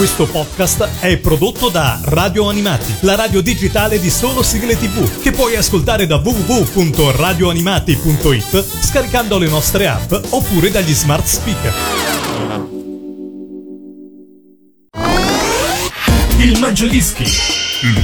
Questo podcast è prodotto da Radio Animati, la radio digitale di solo sigle TV, che puoi ascoltare da www.radioanimati.it scaricando le nostre app oppure dagli smart speaker. Il Mangiadischi.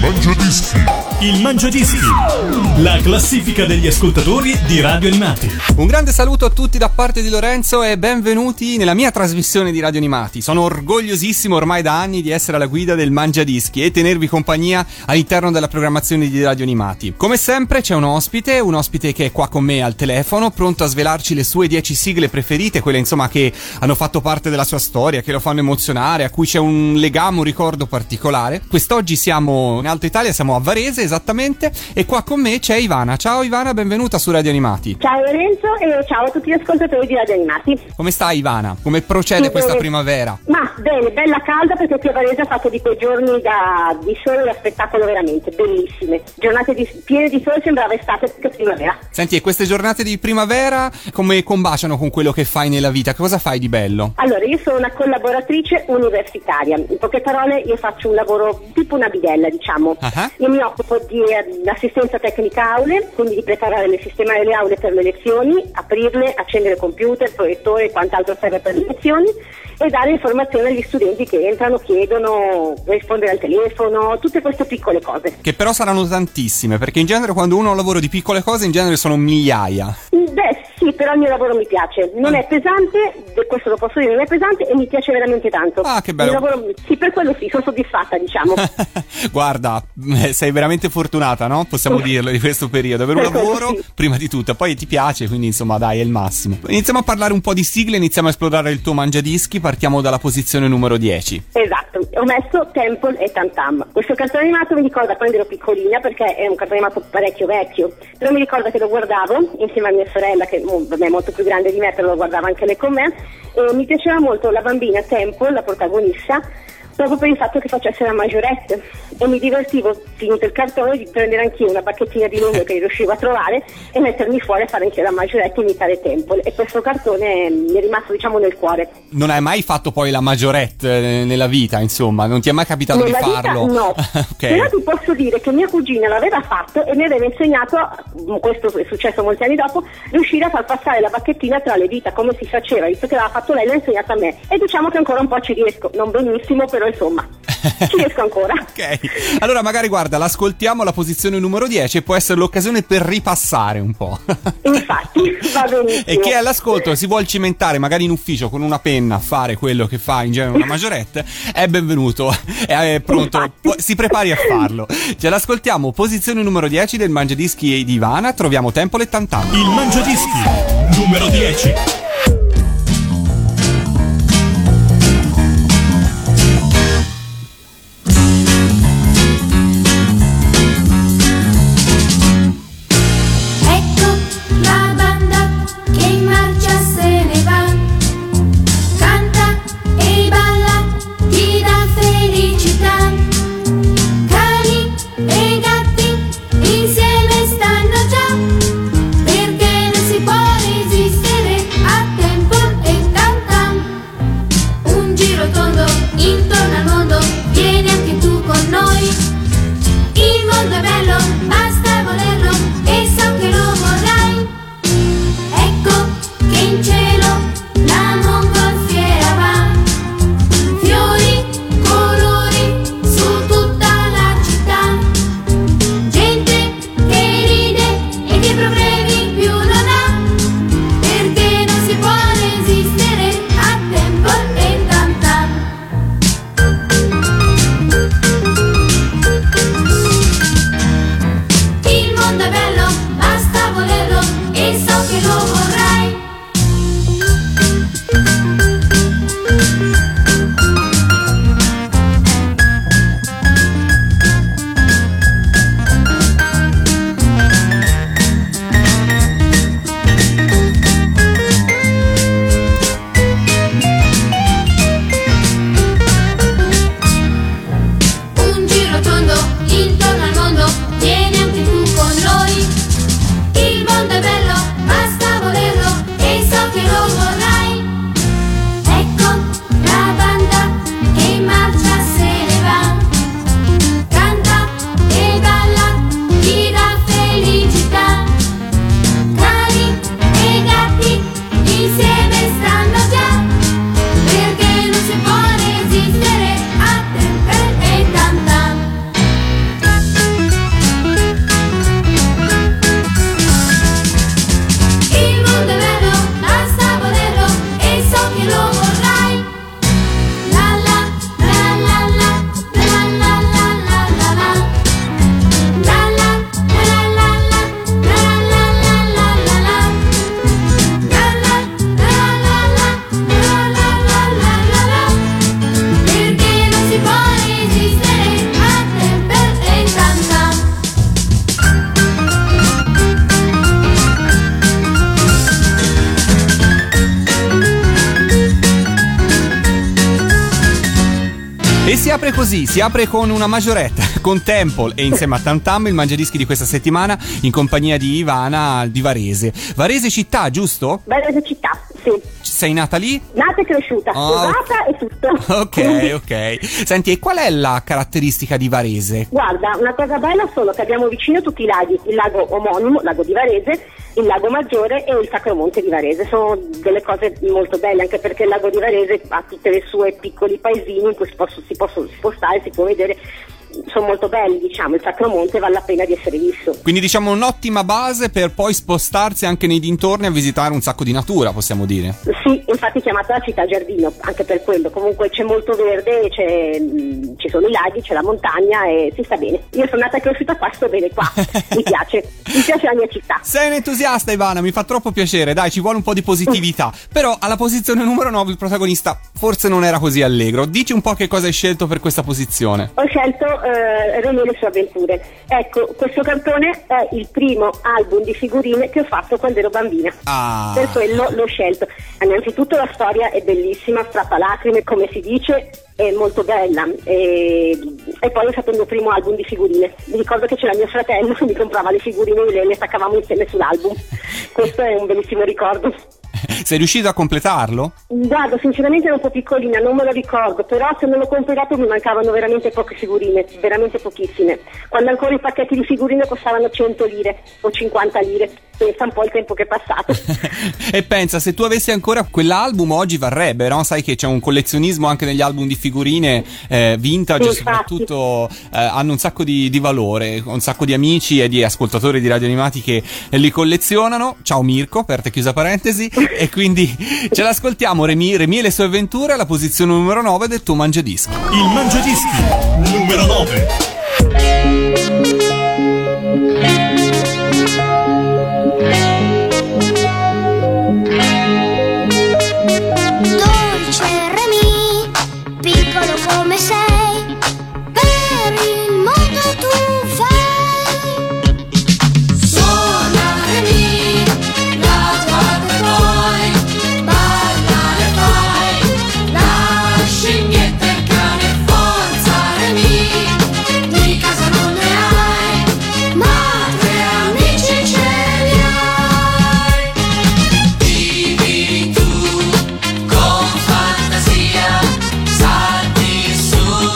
Il Mangiadischi, la classifica degli ascoltatori di Radio Animati. Un grande saluto a tutti da parte di Lorenzo e benvenuti nella mia trasmissione di Radio Animati. Sono orgogliosissimo ormai da anni di essere alla guida del Mangiadischi e tenervi compagnia all'interno della programmazione di Radio Animati. Come sempre c'è un ospite che è qua con me al telefono, pronto a svelarci le sue 10 sigle preferite, quelle insomma che hanno fatto parte della sua storia, che lo fanno emozionare, a cui c'è un legame, un ricordo particolare. Quest'oggi siamo in Alto Italia, siamo a Varese esattamente, e qua con me c'è Ivana. Ciao Ivana, benvenuta su Radio Animati. Ciao Lorenzo e ciao a tutti gli ascoltatori di Radio Animati. Come stai Ivana? Come procede questa primavera? Ma bene, bella calda, perché qui a Varese ha fatto di quei giorni di sole da spettacolo veramente bellissime. Giornate piene di sole, sembrava estate che primavera. Senti, e queste giornate di primavera come combaciano con quello che fai nella vita? Cosa fai di bello? Allora, io sono una collaboratrice universitaria. In poche parole, io faccio un lavoro tipo una bidella, diciamo. Io mi occupo di assistenza tecnica aule, quindi di preparare e sistemare le aule per le lezioni, aprirle, accendere computer, proiettore e quant'altro serve per le lezioni, e dare informazioni agli studenti che entrano, chiedono, rispondere al telefono, tutte queste piccole cose. Che però saranno tantissime, perché in genere quando uno ha un lavoro di piccole cose in genere sono migliaia. Beh sì, però il mio lavoro mi piace, non è pesante, questo lo posso dire, non è pesante e mi piace veramente tanto. Ah, che bello. Il lavoro, sì, per quello sì, sono soddisfatta, diciamo. Guarda, sei veramente fortunata, no? Possiamo dirlo, di questo periodo, avere un lavoro sì, prima di tutto, poi ti piace, quindi insomma dai, è il massimo. Iniziamo a parlare un po' di sigle, iniziamo a esplorare il tuo Mangiadischi, partiamo dalla posizione numero 10. Esatto, ho messo Temple e Tam Tam. Questo cartone animato mi ricorda quando ero piccolina, perché è un cartone animato parecchio vecchio, però mi ricorda che lo guardavo insieme a mia sorella, che è molto più grande di me, però lo guardava anche lei con me, e mi piaceva molto la bambina Temple, la protagonista, proprio per il fatto che facesse la maggiorette, e mi divertivo, finito il cartone, di prendere anch'io una bacchettina di lume che riuscivo a trovare e mettermi fuori a fare anche la maggiorette e imitare Temple, e questo cartone mi è rimasto, diciamo, nel cuore. Non hai mai fatto poi la maggiorette nella vita, insomma? Non ti è mai capitato nella di farlo? Vita, no. Okay. Però ti posso dire che mia cugina l'aveva fatto e mi aveva insegnato, questo è successo molti anni dopo, riuscire a far passare la bacchettina tra le dita, come si faceva, visto che l'aveva fatto lei, l'ha insegnato a me, e diciamo che ancora un po' ci riesco, non benissimo, però insomma ci riesco ancora. Ok, allora magari guarda, l'ascoltiamo alla posizione numero 10 e può essere l'occasione per ripassare un po'. Infatti, va benissimo. E chi è all'ascolto si vuol cimentare magari in ufficio con una penna a fare quello che fa in genere una maggiorette, è benvenuto, è pronto, si prepari a farlo. Ce l'ascoltiamo, posizione numero 10 del Mangiadischi di Ivana, troviamo Temple e Tam Tam. Il Mangiadischi numero 10. Insieme stanno già, perché non si può resistere E si apre così, si apre con una maggioretta, con Temple e insieme a Tam Tam il Mangiadischi di questa settimana in compagnia di Ivana di Varese. Varese città, giusto? Varese città, sì. Sei nata lì? Nata e cresciuta, sposata e tutto. Ok. Senti, e qual è la caratteristica di Varese? Guarda, una cosa bella sono che abbiamo vicino tutti i laghi, il lago omonimo, lago di Varese, il lago Maggiore e il Sacromonte di Varese. Sono delle cose molto belle, anche perché il lago di Varese ha tutte le sue piccoli paesini in cui si possono spostare, si può vedere. Sono molto belli, diciamo, il Sacromonte vale la pena di essere visto. Quindi diciamo un'ottima base per poi spostarsi anche nei dintorni a visitare un sacco di natura, possiamo dire. Sì, infatti è chiamata la città giardino, anche per quello. Comunque c'è molto verde, ci sono i laghi, c'è la montagna e si sta bene. Io sono nata e cresciuta qua, sto bene qua, mi piace la mia città. Sei un entusiasta, Ivana, mi fa troppo piacere, dai, ci vuole un po' di positività. Però alla posizione numero 9 il protagonista forse non era così allegro. Dici un po' che cosa hai scelto per questa posizione. Ho scelto René e le sue avventure. Ecco, questo cartone è il primo album di figurine che ho fatto quando ero bambina. Per quello l'ho scelto. Innanzitutto la storia è bellissima, strappalacrime, come si dice, è molto bella. E poi è stato il mio primo album di figurine. Mi ricordo che c'era mio fratello che mi comprava le figurine e le staccavamo insieme sull'album. Questo è un bellissimo ricordo. Sei riuscito a completarlo? Guarda, sinceramente ero un po' piccolina, non me lo ricordo, però se non l'ho completato mi mancavano veramente poche figurine, veramente pochissime. Quando ancora i pacchetti di figurine costavano 100 lire o 50 lire, pensa un po' il tempo che è passato. E pensa, se tu avessi ancora quell'album oggi varrebbe, no? Sai che c'è un collezionismo anche negli album di figurine vintage, sì, soprattutto hanno un sacco di valore, un sacco di amici e di ascoltatori di Radio Animati che li collezionano. Ciao Mirko, aperta e chiusa parentesi. E quindi ce l'ascoltiamo, Remy e le sue avventure alla posizione numero 9 del tuo Mangiadischi. Il Mangiadischi numero 9. Dolce Remy, piccolo come sei, per il mondo tu fai. Suona Remy, la tua che vuoi, balla e fai, la scimmietta e il cane, forza Remy, di casa non ne hai, ma tre amici ce li hai. Vivi tu con fantasia, salti su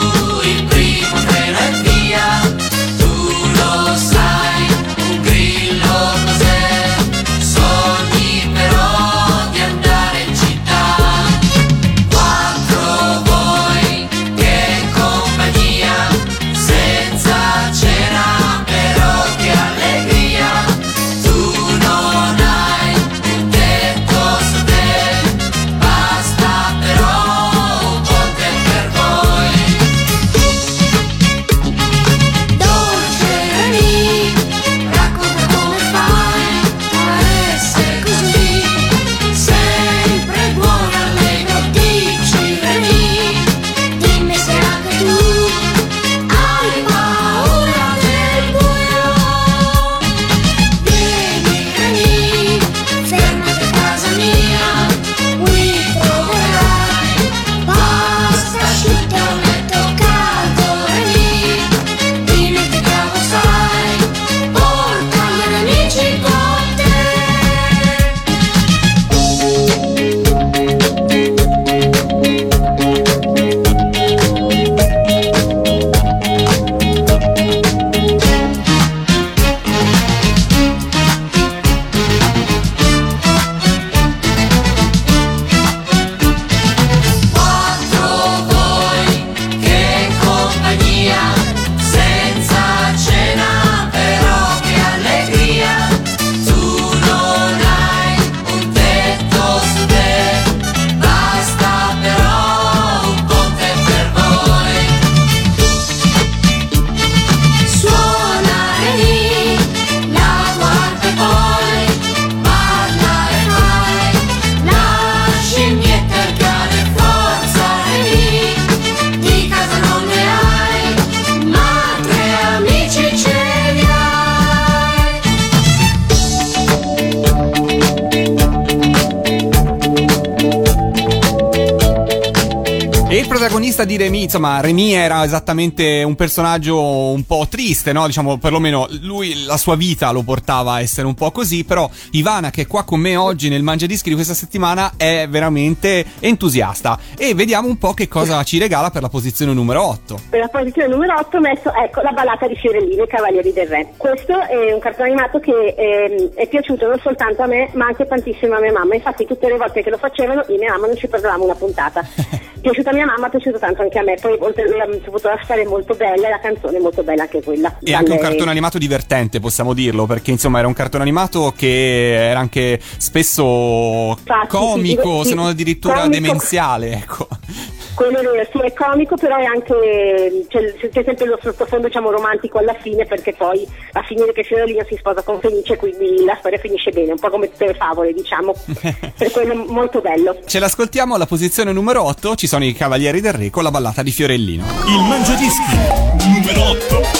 vista di Remy, insomma, Remy era esattamente un personaggio un po' triste, no? Diciamo, perlomeno lui, la sua vita lo portava a essere un po' così, però Ivana, che è qua con me oggi nel Mangiadischi di questa settimana, è veramente entusiasta. E vediamo un po' che cosa ci regala per la posizione numero 8. Per la posizione numero 8 ho messo, ecco, La ballata di Fiorellino, I Cavalieri del Re. Questo è un cartone animato che è piaciuto non soltanto a me, ma anche tantissimo a mia mamma. Infatti tutte le volte che lo facevano, io e mia mamma non ci perdevamo una puntata. È piaciuto a mia mamma, è piaciuto tanto anche a me. Poi oltre soprattutto la storia è molto bella e la canzone è molto bella anche quella. E anche un cartone animato divertente, possiamo dirlo, perché insomma era un cartone animato che era anche spesso comico, sì, se non addirittura comico, demenziale, ecco. Quello è vero, sì, è comico, però è anche c'è sempre lo sottofondo, diciamo, romantico alla fine, perché poi a finire che Fiorellino si sposa con Fenice, quindi la storia finisce bene, un po' come tutte le favole, diciamo. Per quello molto bello. Ce l'ascoltiamo alla posizione numero 8, ci sono i Cavalieri del Re con La ballata di Fiorellino. Il Mangiadischi numero 8.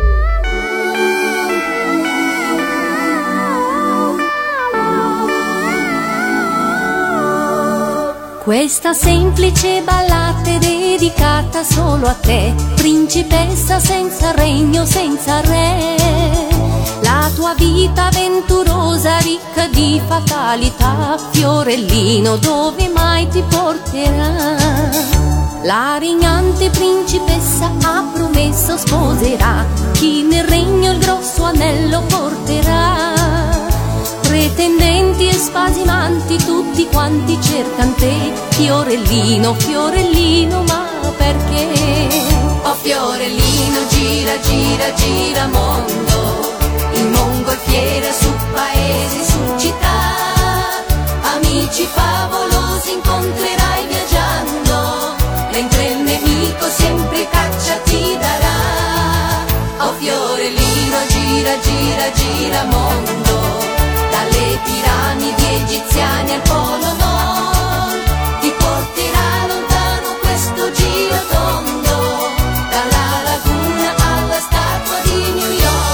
Questa semplice ballata è dedicata solo a te, principessa senza regno, senza re. La tua vita avventurosa, ricca di fatalità, Fiorellino, dove mai ti porterà? La regnante principessa ha promesso sposerà chi nel regno il grosso anello porterà. Pretendenti e spasimanti tutti quanti cercan te, Fiorellino, Fiorellino, ma perché? Oh Fiorellino, gira, gira, gira mondo, in mongolfiera, su paesi, su città, amici favolosi incontrerai viaggiando, mentre il nemico sempre caccia ti darà. Oh Fiorellino, gira, gira, gira mondo, dalle piramidi egiziane al polo nord, ti porterà lontano questo giro tondo, dalla laguna alla statua di New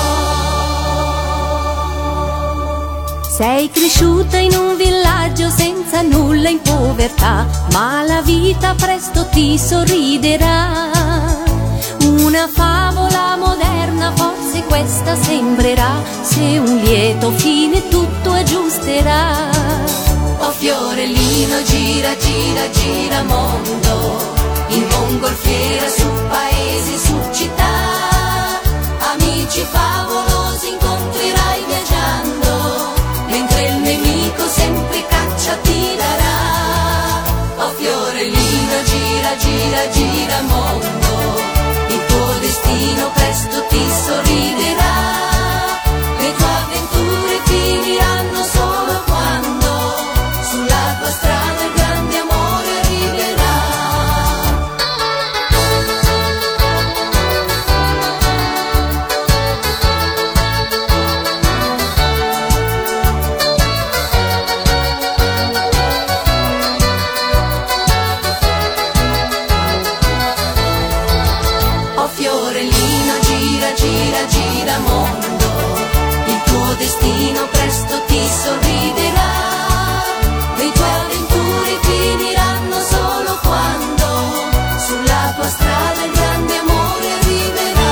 York. Sei cresciuta in un villaggio senza nulla, in povertà, ma la vita presto ti sorriderà. Una favola moderna forse questa sembrerà, se un lieto fine tutto aggiusterà. Oh Fiorellino, gira, gira, gira mondo, in mongolfiera, su paesi, su città, amici favolosi incontrerai viaggiando, mentre il nemico sempre caccia ti darà. Oh Fiorellino, gira, gira, gira mondo, il tuo destino presto ti sorriderà, le tue avventure finiranno solo quando sulla tua strada il grande amore arriverà. Oh Fiorellino, gira, gira, gira mondo, il tuo destino presto ti sorriderà, le tue avventure finiranno solo quando sulla tua strada il grande amore arriverà.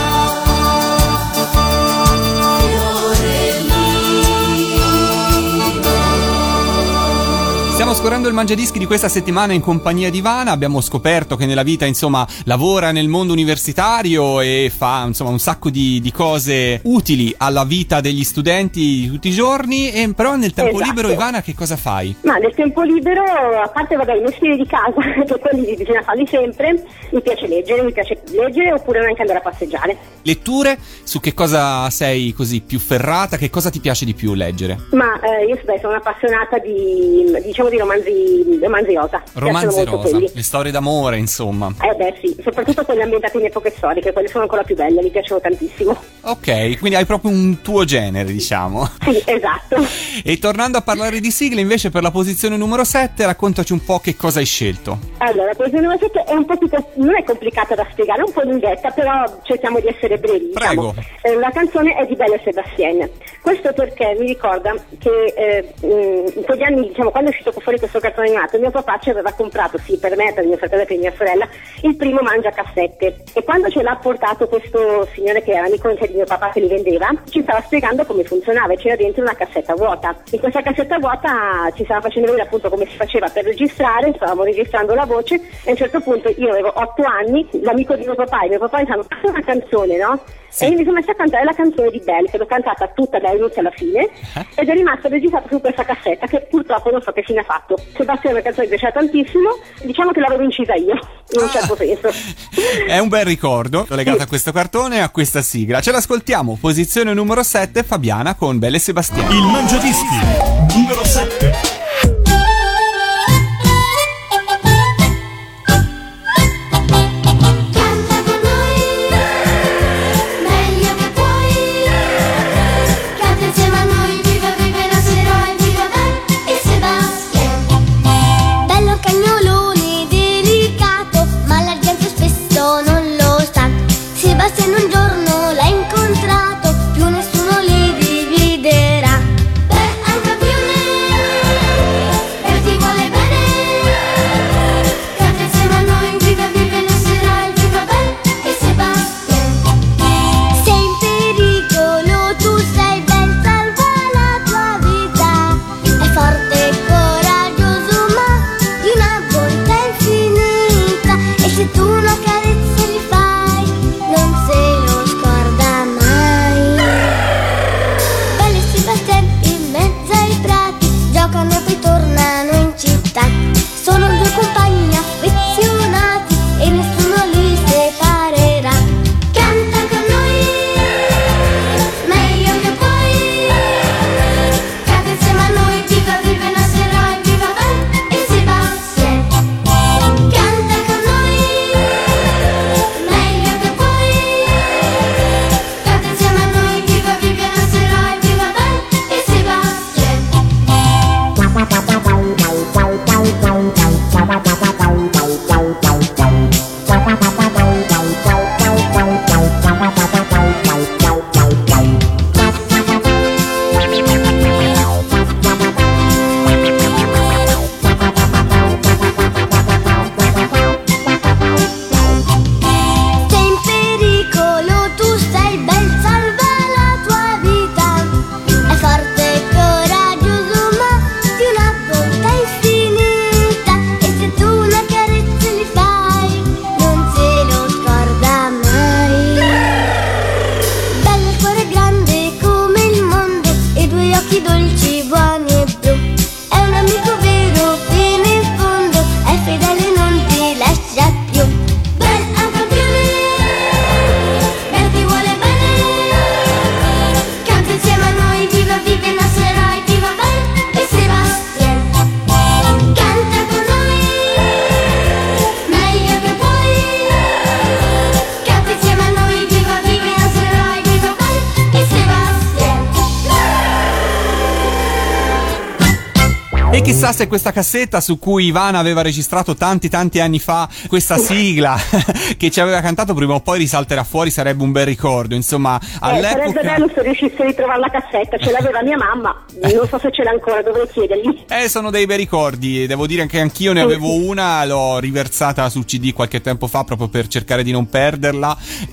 Stiamo scorrendo il Mangiadischi di questa settimana in compagnia di Ivana. Abbiamo scoperto che nella vita, insomma, lavora nel mondo universitario e fa, insomma, un sacco di cose utili alla vita degli studenti tutti i giorni. E però nel tempo libero, Ivana, che cosa fai? Ma nel tempo libero, a parte i mestieri di casa, che quelli bisogna farli sempre, mi piace leggere oppure anche andare a passeggiare. Letture? Su che cosa sei così più ferrata? Che cosa ti piace di più leggere? Ma io sono un'appassionata di romanzi rosa. Romanzi rosa, le storie d'amore, insomma. Sì, soprattutto quelle ambientate in epoche storiche, quelle sono ancora più belle, mi piacciono tantissimo. Ok, quindi hai proprio un tuo genere, diciamo. Sì, esatto. E tornando a parlare di sigle, invece, per la posizione numero 7, raccontaci un po' che cosa hai scelto. Allora, la posizione numero 7 è un po' più, non è complicata da spiegare, è un po' lunghetta, però cerchiamo di essere brevi. Prego. Diciamo. La canzone è di Belle e Sébastien. Questo perché mi ricorda che in quegli anni, diciamo, quando è uscito fuori questo questo cartone animato, mio papà ci aveva comprato, sì, per me, per mio fratello e per mia sorella, il primo mangiacassette, e quando ce l'ha portato questo signore che era amico anche di mio papà che li vendeva, ci stava spiegando come funzionava, e c'era dentro una cassetta vuota. In questa cassetta vuota ci stava facendo vedere appunto come si faceva per registrare, stavamo registrando la voce, e a un certo punto io avevo 8 anni, l'amico di mio papà e mio papà mi hanno fatto una canzone, no? Sì. E io mi sono messa a cantare la canzone di Belle, che l'ho cantata tutta dall'inizio alla fine, ed è rimasta registrata su questa cassetta, che purtroppo non so che fine ha fatto. Sebastiano, la canzone mi piaceva tantissimo, diciamo che l'avevo incisa io, in un certo senso. È un bel ricordo legato a questo cartone e a questa sigla. Ce l'ascoltiamo, posizione numero 7, Fabiana con Belle e Sebastiano. Il Mangiadischi numero 7. Un giorno l'ha incontrato, più nessuno li dividerà. E chissà se questa cassetta su cui Ivana aveva registrato tanti anni fa questa sigla che ci aveva cantato prima o poi risalterà fuori, sarebbe un bel ricordo. Insomma, all'epoca sarebbe bello se riuscisse a ritrovare la cassetta, ce l'aveva mia mamma, non so se ce l'ha ancora, dovrei chiedergli. Sono dei bei ricordi, devo dire che anch'io ne avevo una, l'ho riversata sul CD qualche tempo fa proprio per cercare di non perderla,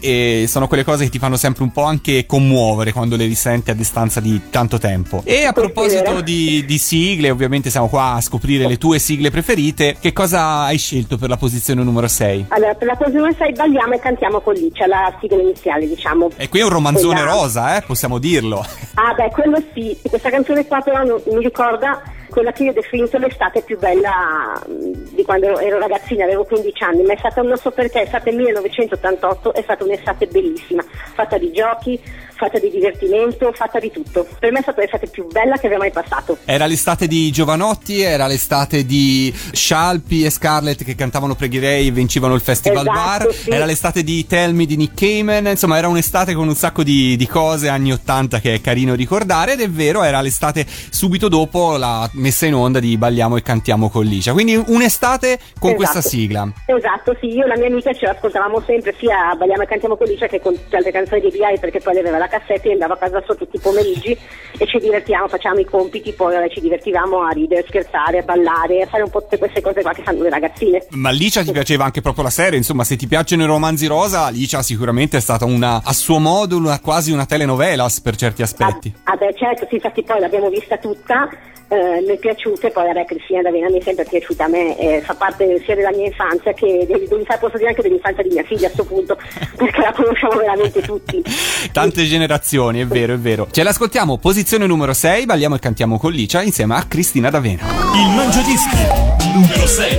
e sono quelle cose che ti fanno sempre un po' anche commuovere quando le risenti a distanza di tanto tempo. E a proposito di sigle, ovviamente siamo qua a scoprire le tue sigle preferite. Che cosa hai scelto per la posizione numero 6? Allora, per la posizione 6 balliamo e cantiamo con Licia, la sigla iniziale, diciamo. E qui è un romanzone rosa, possiamo dirlo. Ah beh, quello sì, questa canzone qua però mi ricorda quella che io ho definito l'estate più bella di quando ero ragazzina, avevo 15 anni, ma è stata, non so perché, è stata il 1988, è stata un'estate bellissima, fatta di giochi, fatta di divertimento, fatta di tutto. Per me è stata l'estate più bella che abbia mai passato. Era l'estate di Giovanotti, era l'estate di Scialpi e Scarlett che cantavano Pregherei e vincevano il Festival Bar, sì. Era l'estate di Tell Me di Nick Cayman, insomma era un'estate con un sacco di cose anni 80 che è carino ricordare, ed è vero, era l'estate subito dopo la messa in onda di Balliamo e cantiamo con Licia. Quindi un'estate con questa sigla. Esatto, sì, io e la mia amica ce l'ascoltavamo sempre sia a Balliamo e cantiamo con Licia che con tutte le altre canzoni di B.I., perché poi aveva la cassetta e andava a casa solo tutti i pomeriggi e ci divertiamo, facciamo i compiti, poi ci divertivamo a ridere, scherzare, a ballare, a fare un po' tutte queste cose qua che fanno le ragazzine. Ma Licia ti piaceva anche proprio la serie, insomma, se ti piacciono i romanzi rosa, Licia sicuramente è stata a suo modo quasi una telenovelas per certi aspetti. Certo, sì, infatti poi l'abbiamo vista tutta, mi è piaciuta, e poi vabbè, Cristina D'Avena mi è sempre piaciuta a me, fa parte sia della mia infanzia che posso dire anche dell'infanzia di mia figlia a sto punto, perché la conosciamo veramente tutti. Tante generazioni, è vero, è vero. Ce l'ascoltiamo, posizione numero 6, Balliamo e cantiamo con Licia insieme a Cristina D'Avena. Il Mangiadischi numero 6.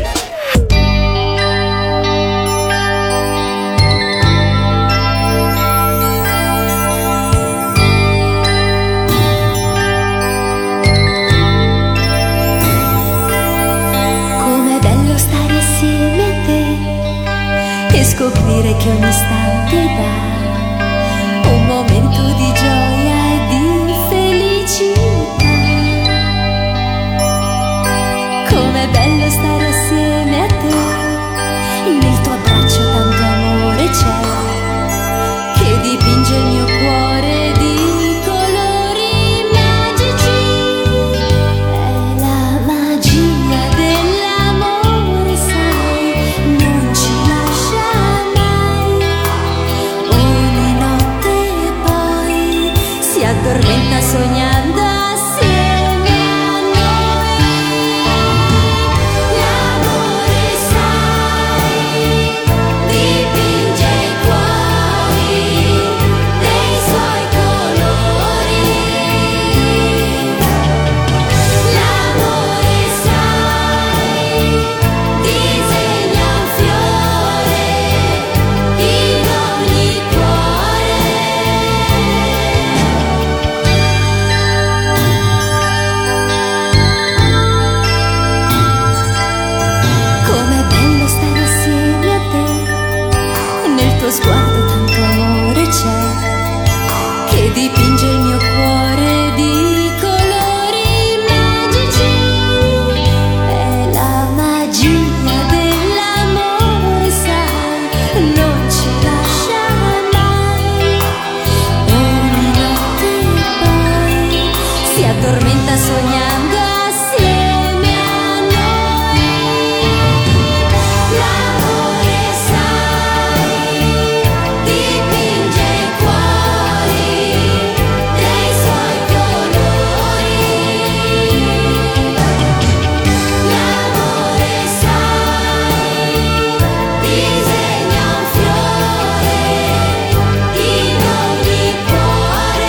Scoprire che ogni istante dà un momento di gioia e di felicità. Com'è bello stare assieme a te, nel tuo abbraccio tanto amore c'è, che dipinge il mio cuore di colori magici. È la magia dell'amore, sai, non ci lascia addormenta sognando assieme a noi. L'amore, sai, dipinge i cuori dei suoi colori. L'amore, sai, disegna un fiore in ogni cuore. Tuo sguardo tanto amore c'è, che dipinge il mio cuore di colori magici. È la magia dell'amore, sai, non ci lascia mai. Ogni notte poi si addormenta sognando assieme a noi. L'amore, dipinge i cuori dei suoi colori. L'amore, sai, disegna un fiore in ogni cuore.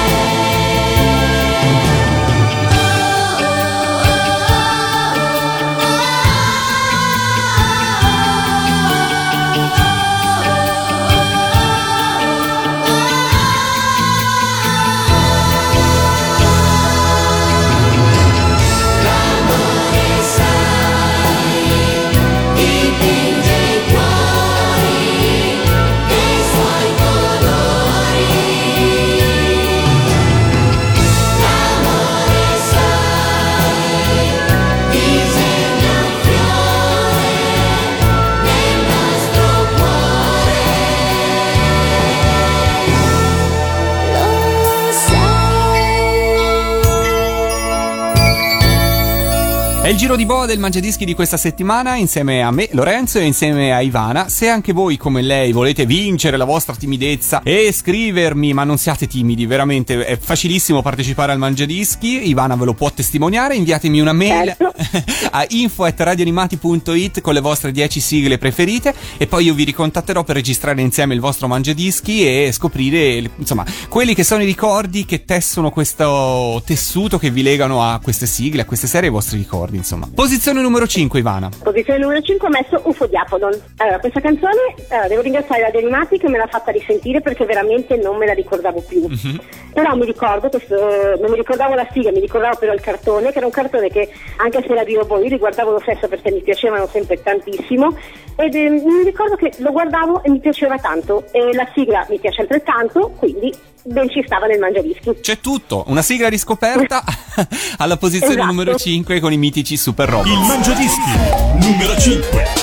È il giro di boa del Mangiadischi di questa settimana insieme a me, Lorenzo, e insieme a Ivana. Se anche voi come lei volete vincere la vostra timidezza e scrivermi, ma non siate timidi, veramente è facilissimo partecipare al Mangiadischi, Ivana ve lo può testimoniare, inviatemi una mail a info@radioanimati.it con le vostre 10 sigle preferite e poi io vi ricontatterò per registrare insieme il vostro Mangiadischi e scoprire insomma quelli che sono i ricordi che tessono questo tessuto che vi legano a queste sigle, a queste serie, ai vostri ricordi. Insomma. Posizione numero 5, Ivana. Posizione numero 5 ho messo UFO di Apodon. Allora, questa canzone devo ringraziare Radio Animati che me l'ha fatta risentire perché veramente non me la ricordavo più. Però mi ricordo non mi ricordavo la sigla, mi ricordavo però il cartone, che era un cartone che anche se era di robot io riguardavo lo stesso perché mi piacevano sempre tantissimo ed mi ricordo che lo guardavo e mi piaceva tanto e la sigla mi piace altrettanto, quindi ben ci stava nel Mangiadischi. C'è tutto, una sigla riscoperta alla posizione Esatto. numero 5 con i mitici Super Robot. Il Mangiadischi numero 5.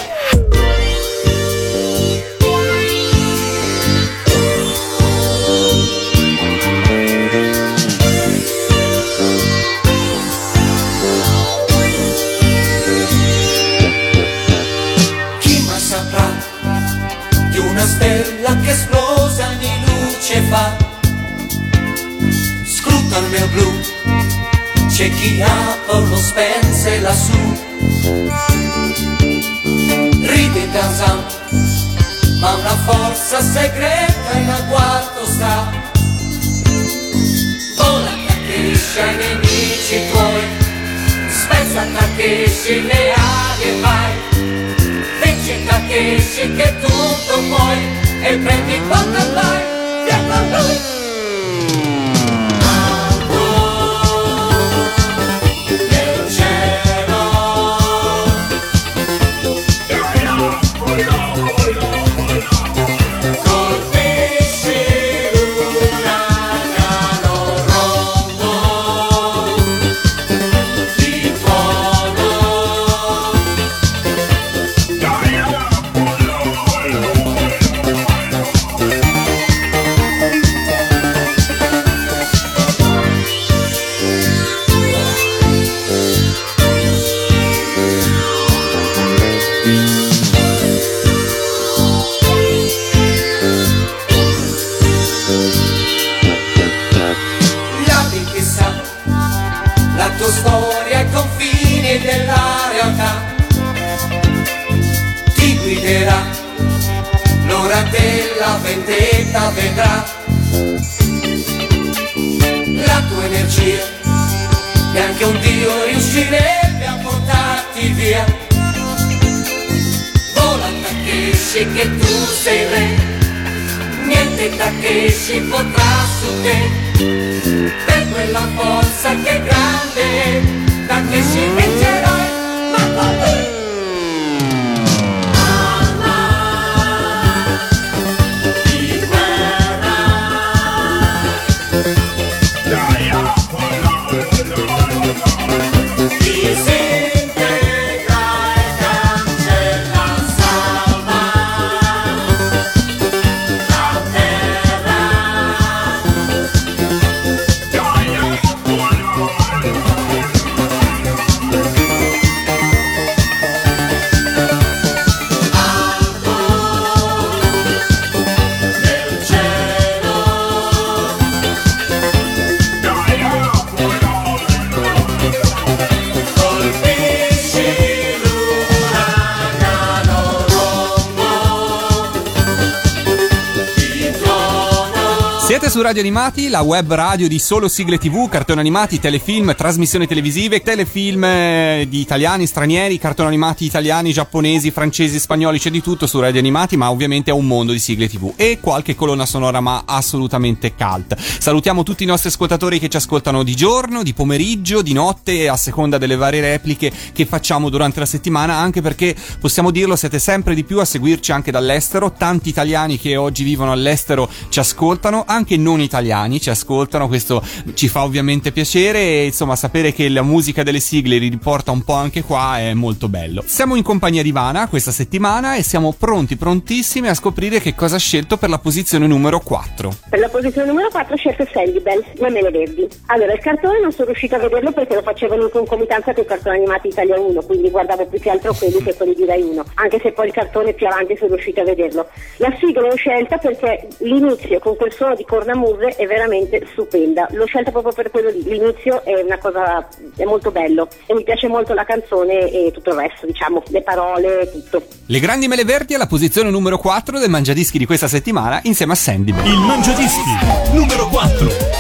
Stella che esplosa di luce fa, scruta il mio blu, c'è chi ha lo spense lassù, ride Tarzan, ma una forza segreta in agguato sta, vola Takeshi ai nemici tuoi, spezza Takeshi le ali e vai, vinci Takeshi che tutto puoi e prendi quanto vai, via con lui. Nel cielo colpisci l'uragano rondo di tuono. La tua storia ai confini della realtà ti guiderà, l'ora della vendetta vedrà, la tua energia neanche un dio riuscirebbe a portarti via, vola Takeshi che tu sei re, niente Takeshi potrà su te, per quella forza che è grande, Takeshi vincerai, ma con lui. Alma di guerra, disintegra e cancella, salva la terra. Siete su Radio Animati, la web radio di solo sigle TV, cartoni animati, telefilm, trasmissioni televisive, telefilm di italiani, stranieri, cartoni animati italiani, giapponesi, francesi, spagnoli, c'è di tutto su Radio Animati, ma ovviamente è un mondo di sigle TV e qualche colonna sonora ma assolutamente cult. Salutiamo tutti i nostri ascoltatori che ci ascoltano di giorno, di pomeriggio, di notte, a seconda delle varie repliche che facciamo durante la settimana, anche perché possiamo dirlo, siete sempre di più a seguirci anche dall'estero, tanti italiani che oggi vivono all'estero ci ascoltano, anche non italiani ci ascoltano, questo ci fa ovviamente piacere e insomma sapere che la musica delle sigle li riporta un po' anche qua è molto bello. Siamo in compagnia di Ivana questa settimana e siamo prontissimi a scoprire che cosa ha scelto per la posizione numero 4. Per la posizione numero 4 ho scelto Sandy Bell, Le Mele Verdi. Allora, il cartone non sono riuscita a vederlo perché lo facevano in concomitanza con i cartoni animati Italia 1, quindi guardavo più che altro quelli che quelli di Rai 1, anche se poi il cartone più avanti sono riuscita a vederlo. La sigla l'ho scelta perché l'inizio con quel suono di cornamuse è veramente stupenda, l'ho scelta proprio per quello lì, l'inizio è una cosa, è molto bello e mi piace molto la canzone e tutto il resto, diciamo, le parole, tutto. Le Grandi Mele Verdi alla posizione numero 4 del Mangiadischi di questa settimana insieme a Sandy Bell. Il Mangiadischi numero 4.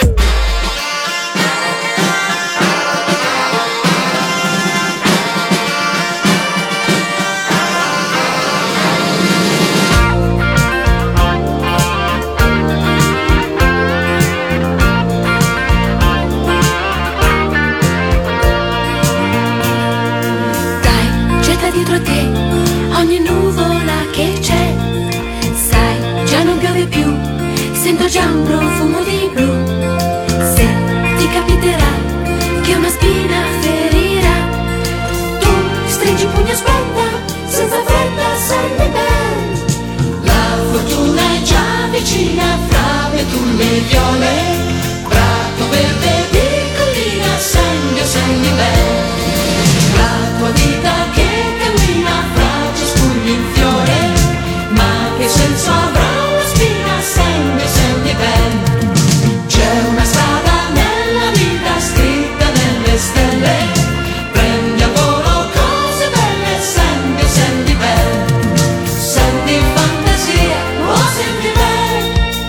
Dietro a te ogni nuvola che c'è, sai, già non piove più, sento già un profumo di blu. Se ti capiterà che una spina ferirà, tu stringi il pugno, aspetta, senza fretta, senti bene. La fortuna è già vicina, fra betulle e viole, prato verde di collina, senti bene. La tua vita che cammina fra cespugli in fiore, ma che senso avrà una spina, senti bene. C'è una strada nella vita scritta nelle stelle, prendi a volo cose belle, senti bene. Senti fantasia, oh senti bene.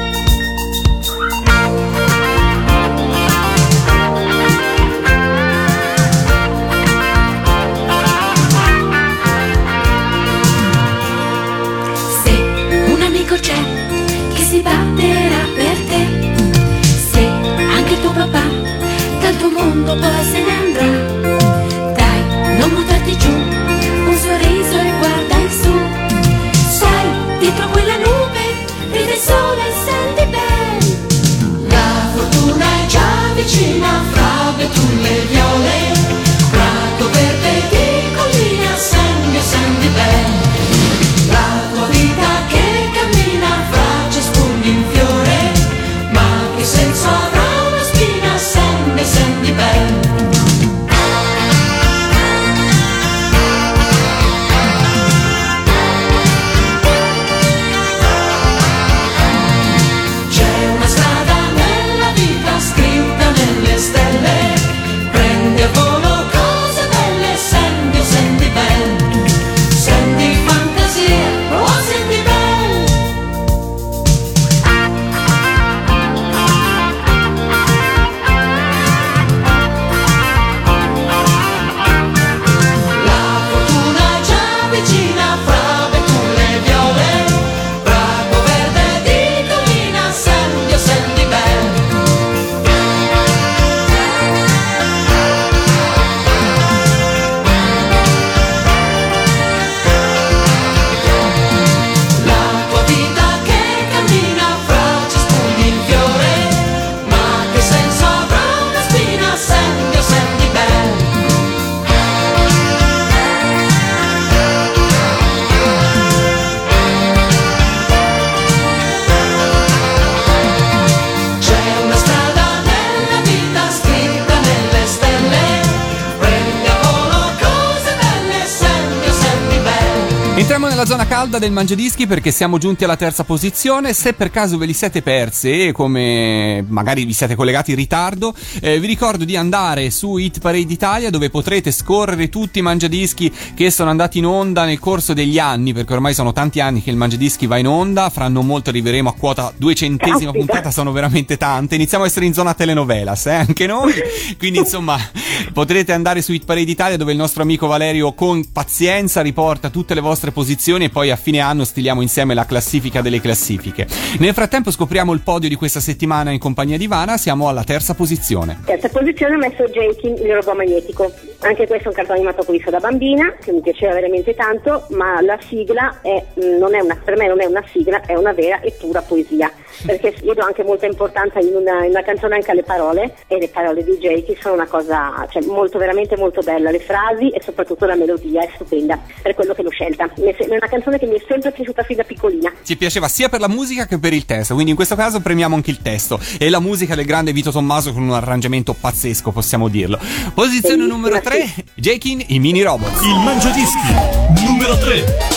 Se un amico c'è che si batterà per te, se anche tuo papà dal tuo mondo poi se ne andrà, dai, non buttarti giù, un sorriso e guarda in su. Sai, dietro quella nube vede il sole, senti bene. La fortuna è già vicina, fra betulle e viole, prato verde di collina, senti bene. La tua vita che cammina fra cespugli in fiore, ma che senso avrà una spina, senti bene. C'è una strada nella vita scritta nelle stelle, prendi a volo cose belle, senti bene. Senti fantasia, oh senti bene. La fortuna è già vicina, fra betulle e viole, prato verde di collina, senti bene. La tua vita che cammina fra cespugli in fiore, ma che senso avrà una spina, senti bene. C'è una strada nella vita scritta nelle stelle, prendi a volo cose belle, senti bene. Entriamo nella zona calda del Mangiadischi perché siamo giunti alla terza posizione. Se per caso ve li siete persi, come magari vi siete collegati in ritardo, vi ricordo di andare su Hit Parade Italia, dove potrete scorrere tutti i Mangiadischi che sono andati in onda nel corso degli anni, perché ormai sono tanti anni che il Mangiadischi va in onda. Fra non molto arriveremo a quota 200ª puntata, sono veramente tante. Iniziamo a essere in zona telenovelas, anche noi. Quindi insomma potrete andare su Hit Parade Italia, dove il nostro amico Valerio con pazienza riporta tutte le vostre posizioni e poi a fine anno stiliamo insieme la classifica delle classifiche. Nel frattempo scopriamo il podio di questa settimana in compagnia di Ivana. Siamo alla terza posizione. Terza posizione ho messo Jenkins, il robot magnetico. Anche questo è un cartone animato che ho visto da bambina, che mi piaceva veramente tanto, ma la sigla per me non è una sigla, è una vera e pura poesia, perché io do anche molta importanza in una canzone anche alle parole, e le parole di Jenkins sono una cosa, cioè, molto, veramente molto bella. Le frasi e soprattutto la melodia è stupenda, per quello che l'ho scelta. È una canzone che mi è sempre piaciuta fin da piccolina. Ci piaceva sia per la musica che per il testo, quindi in questo caso premiamo anche il testo e la musica del grande Vito Tommaso, con un arrangiamento pazzesco, possiamo dirlo. Posizione Bellissima, numero 3, sì. Jakin, i mini robots. Il Mangiadischi numero 3.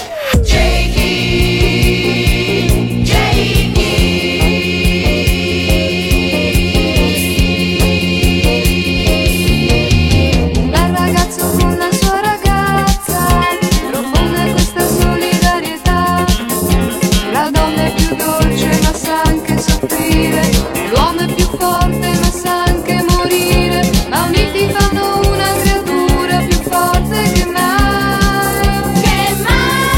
Un bel ragazzo con la sua ragazza, profonda è questa solidarietà. La donna è più dolce ma sa anche soffrire, l'uomo è più forte ma sa anche morire, ma uniti fanno una creatura più forte che mai. Che mai.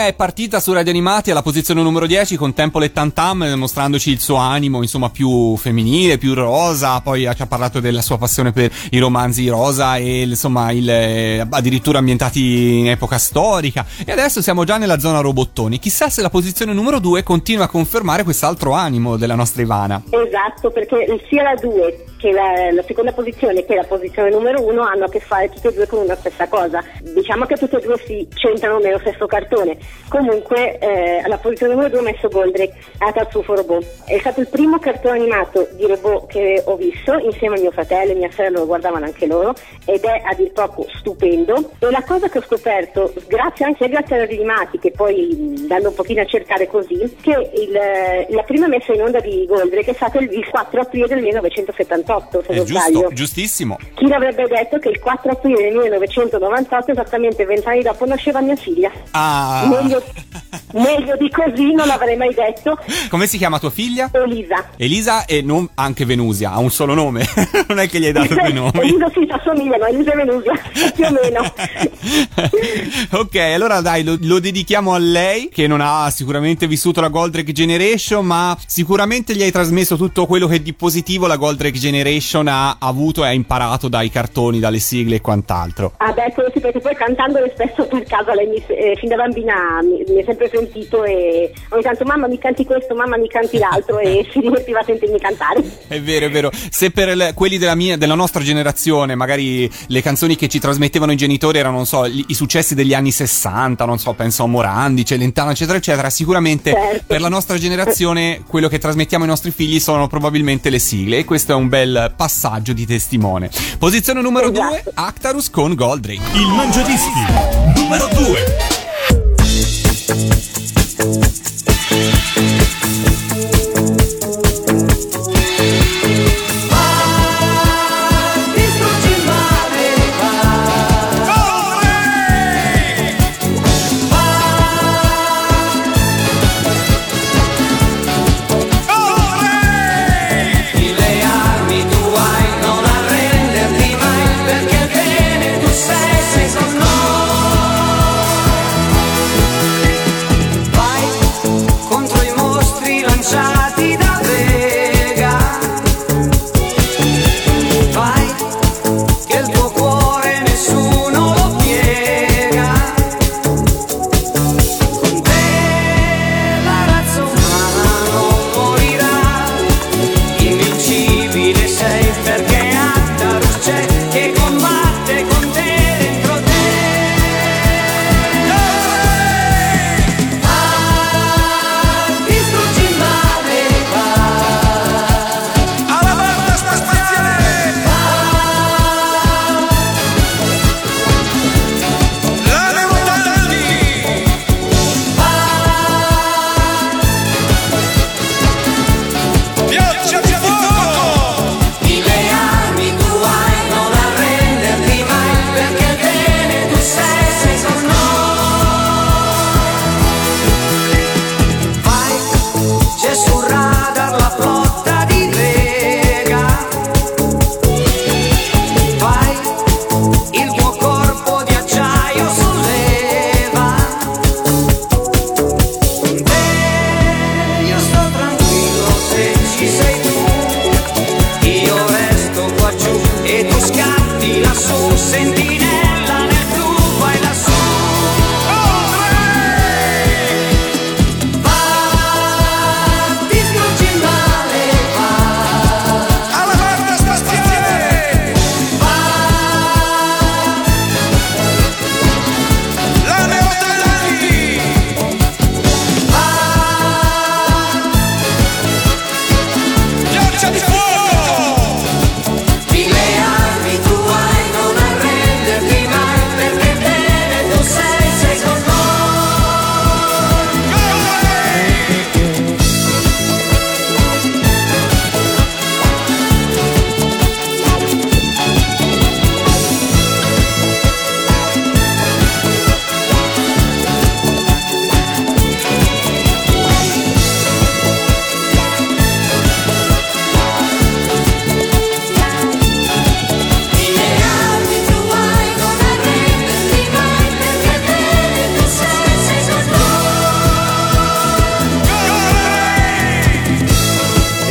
è partita su Radio Animati alla posizione numero 10 con Temple e Tantam, mostrandoci il suo animo, insomma, più femminile, più rosa. Poi ci ha parlato della sua passione per i romanzi rosa e insomma addirittura ambientati in epoca storica. E adesso siamo già nella zona robottoni. Chissà se la posizione numero 2 continua a confermare quest'altro animo della nostra Ivana. Esatto, perché sia la 2 che la seconda posizione che la posizione numero 1 hanno a che fare tutte e due con una stessa cosa. Diciamo che tutte e due si centrano nello stesso cartone. Comunque alla posizione numero 2 ho messo Goldrake, Atazzufo Robot. È stato il primo cartone animato di robot che ho visto, insieme a mio fratello e mia sorella lo guardavano anche loro, ed è a dir poco stupendo. E la cosa che ho scoperto, grazie a Radio Animati, che poi danno un pochino a cercare così, che la prima messa in onda di Goldrake è stata il 4 aprile del 1978, se non sbaglio. Giustissimo. Chi l'avrebbe detto che il 4 aprile del 1998, esattamente 20 anni dopo, nasceva mia figlia. Ah. Meglio di così non l'avrei mai detto. Come si chiama tua figlia? Elisa. Elisa e non anche Venusia, ha un solo nome. Non è che gli hai dato due nomi. Elisa si assomigliano, Elisa e Venusia, più o meno. Ok, allora dai, lo dedichiamo a lei, che non ha sicuramente vissuto la Goldrake Generation, ma sicuramente gli hai trasmesso tutto quello che di positivo la Goldrake Generation ha avuto e ha imparato dai cartoni, dalle sigle e quant'altro. Ah beh, quello sì, perché poi cantandole spesso per caso lei fin da bambina mi è sempre sentito e ogni tanto mamma mi canti questo, mamma mi canti l'altro, e si divertiva a sentirmi cantare. È vero, è vero. Se per quelli della nostra generazione magari le canzoni che ci trasmettevano i genitori erano, non so, i successi degli anni 60, non so, penso a Morandi, Celentano, eccetera eccetera, sicuramente certo. Per la nostra generazione quello che trasmettiamo ai nostri figli sono probabilmente le sigle, e questo è un bel passaggio di testimone. Posizione numero 2, Actarus con Goldrake. Il Mangiadischi numero 2. Sei con noi.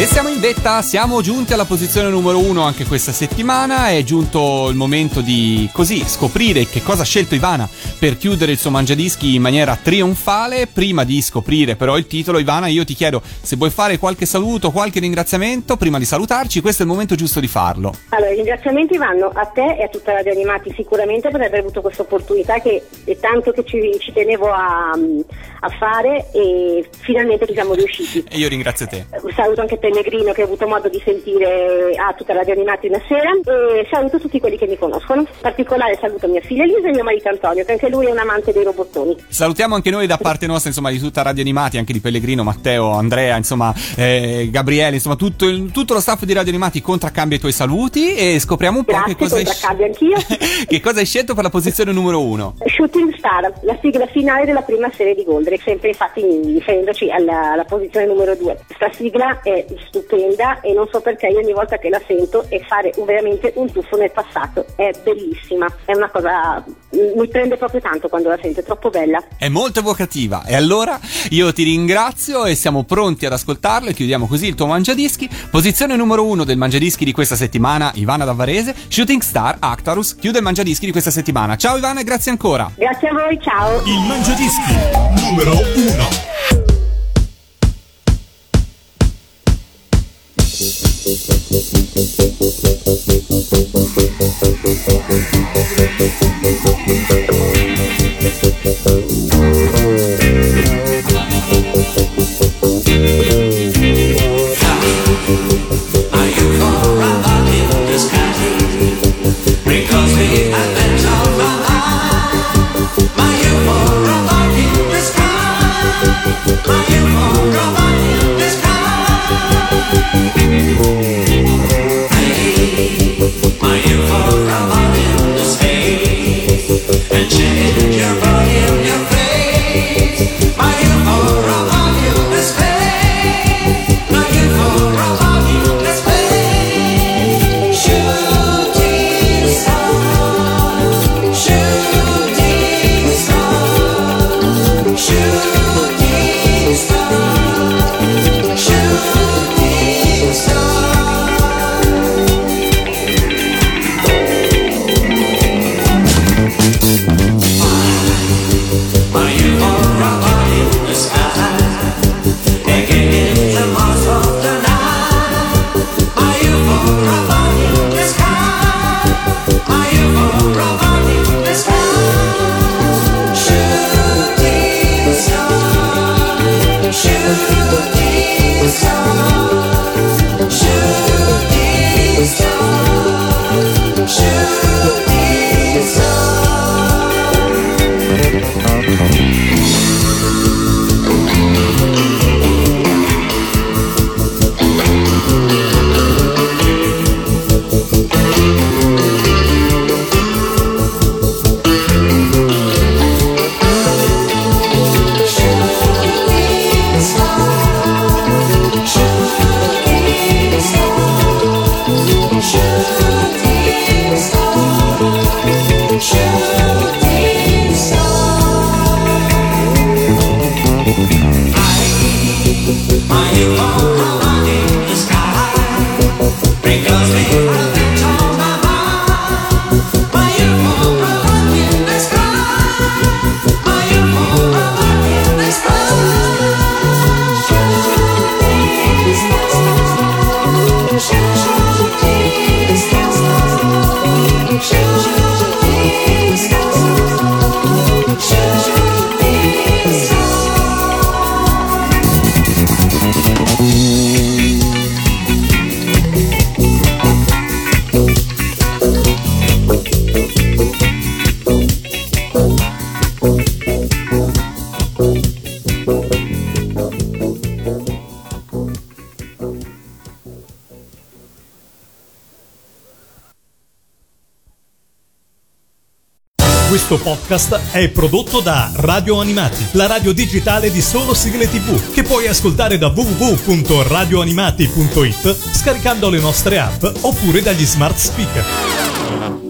E siamo in vetta, siamo giunti alla posizione numero 1 anche questa settimana. È giunto il momento di così scoprire che cosa ha scelto Ivana per chiudere il suo Mangiadischi in maniera trionfale. Prima di scoprire però il titolo, Ivana, io ti chiedo se vuoi fare qualche saluto, qualche ringraziamento prima di salutarci. Questo è il momento giusto di farlo. Allora, i ringraziamenti vanno a te e a tutta Radio Animati sicuramente per aver avuto questa opportunità che è tanto che ci tenevo a fare, e finalmente ci siamo riusciti. E io ringrazio te. Saluto anche Pellegrino che ho avuto modo di sentire a tutta Radio Animati una sera, e saluto tutti quelli che mi conoscono. In particolare saluto mia figlia Elisa e mio marito Antonio, che anche lui è un amante dei robottoni. Salutiamo anche noi da parte nostra, insomma, di tutta Radio Animati, anche di Pellegrino, Matteo, Andrea, insomma, Gabriele, insomma tutto lo staff di Radio Animati contraccambia i tuoi saluti e scriviamo un po' Grazie, che cosa contraccambio anch'io. che cosa hai scelto per la posizione numero 1. Shooting Star, la sigla finale della prima serie di Goldrake, sempre infatti riferendoci alla posizione numero 2. Questa sigla è stupenda e non so perché io ogni volta che la sento è fare veramente un tuffo nel passato, è bellissima, è una cosa, mi prende proprio tanto quando la sento, è troppo bella. È molto evocativa, e allora io ti ringrazio e siamo pronti ad ascoltarlo e chiudiamo così il tuo Mangiadischi. Posizione numero 1 del Mangiadischi di questa settimana, Ivana da Varese, Shooting Star, Actarus, chiude il Mangiadischi di questa settimana. Ciao Ivana e grazie ancora. Grazie a voi, ciao. Il Mangiadischi numero 1. Questo podcast è prodotto da Radio Animati, la radio digitale di solo sigle TV, che puoi ascoltare da www.radioanimati.it scaricando le nostre app oppure dagli smart speaker.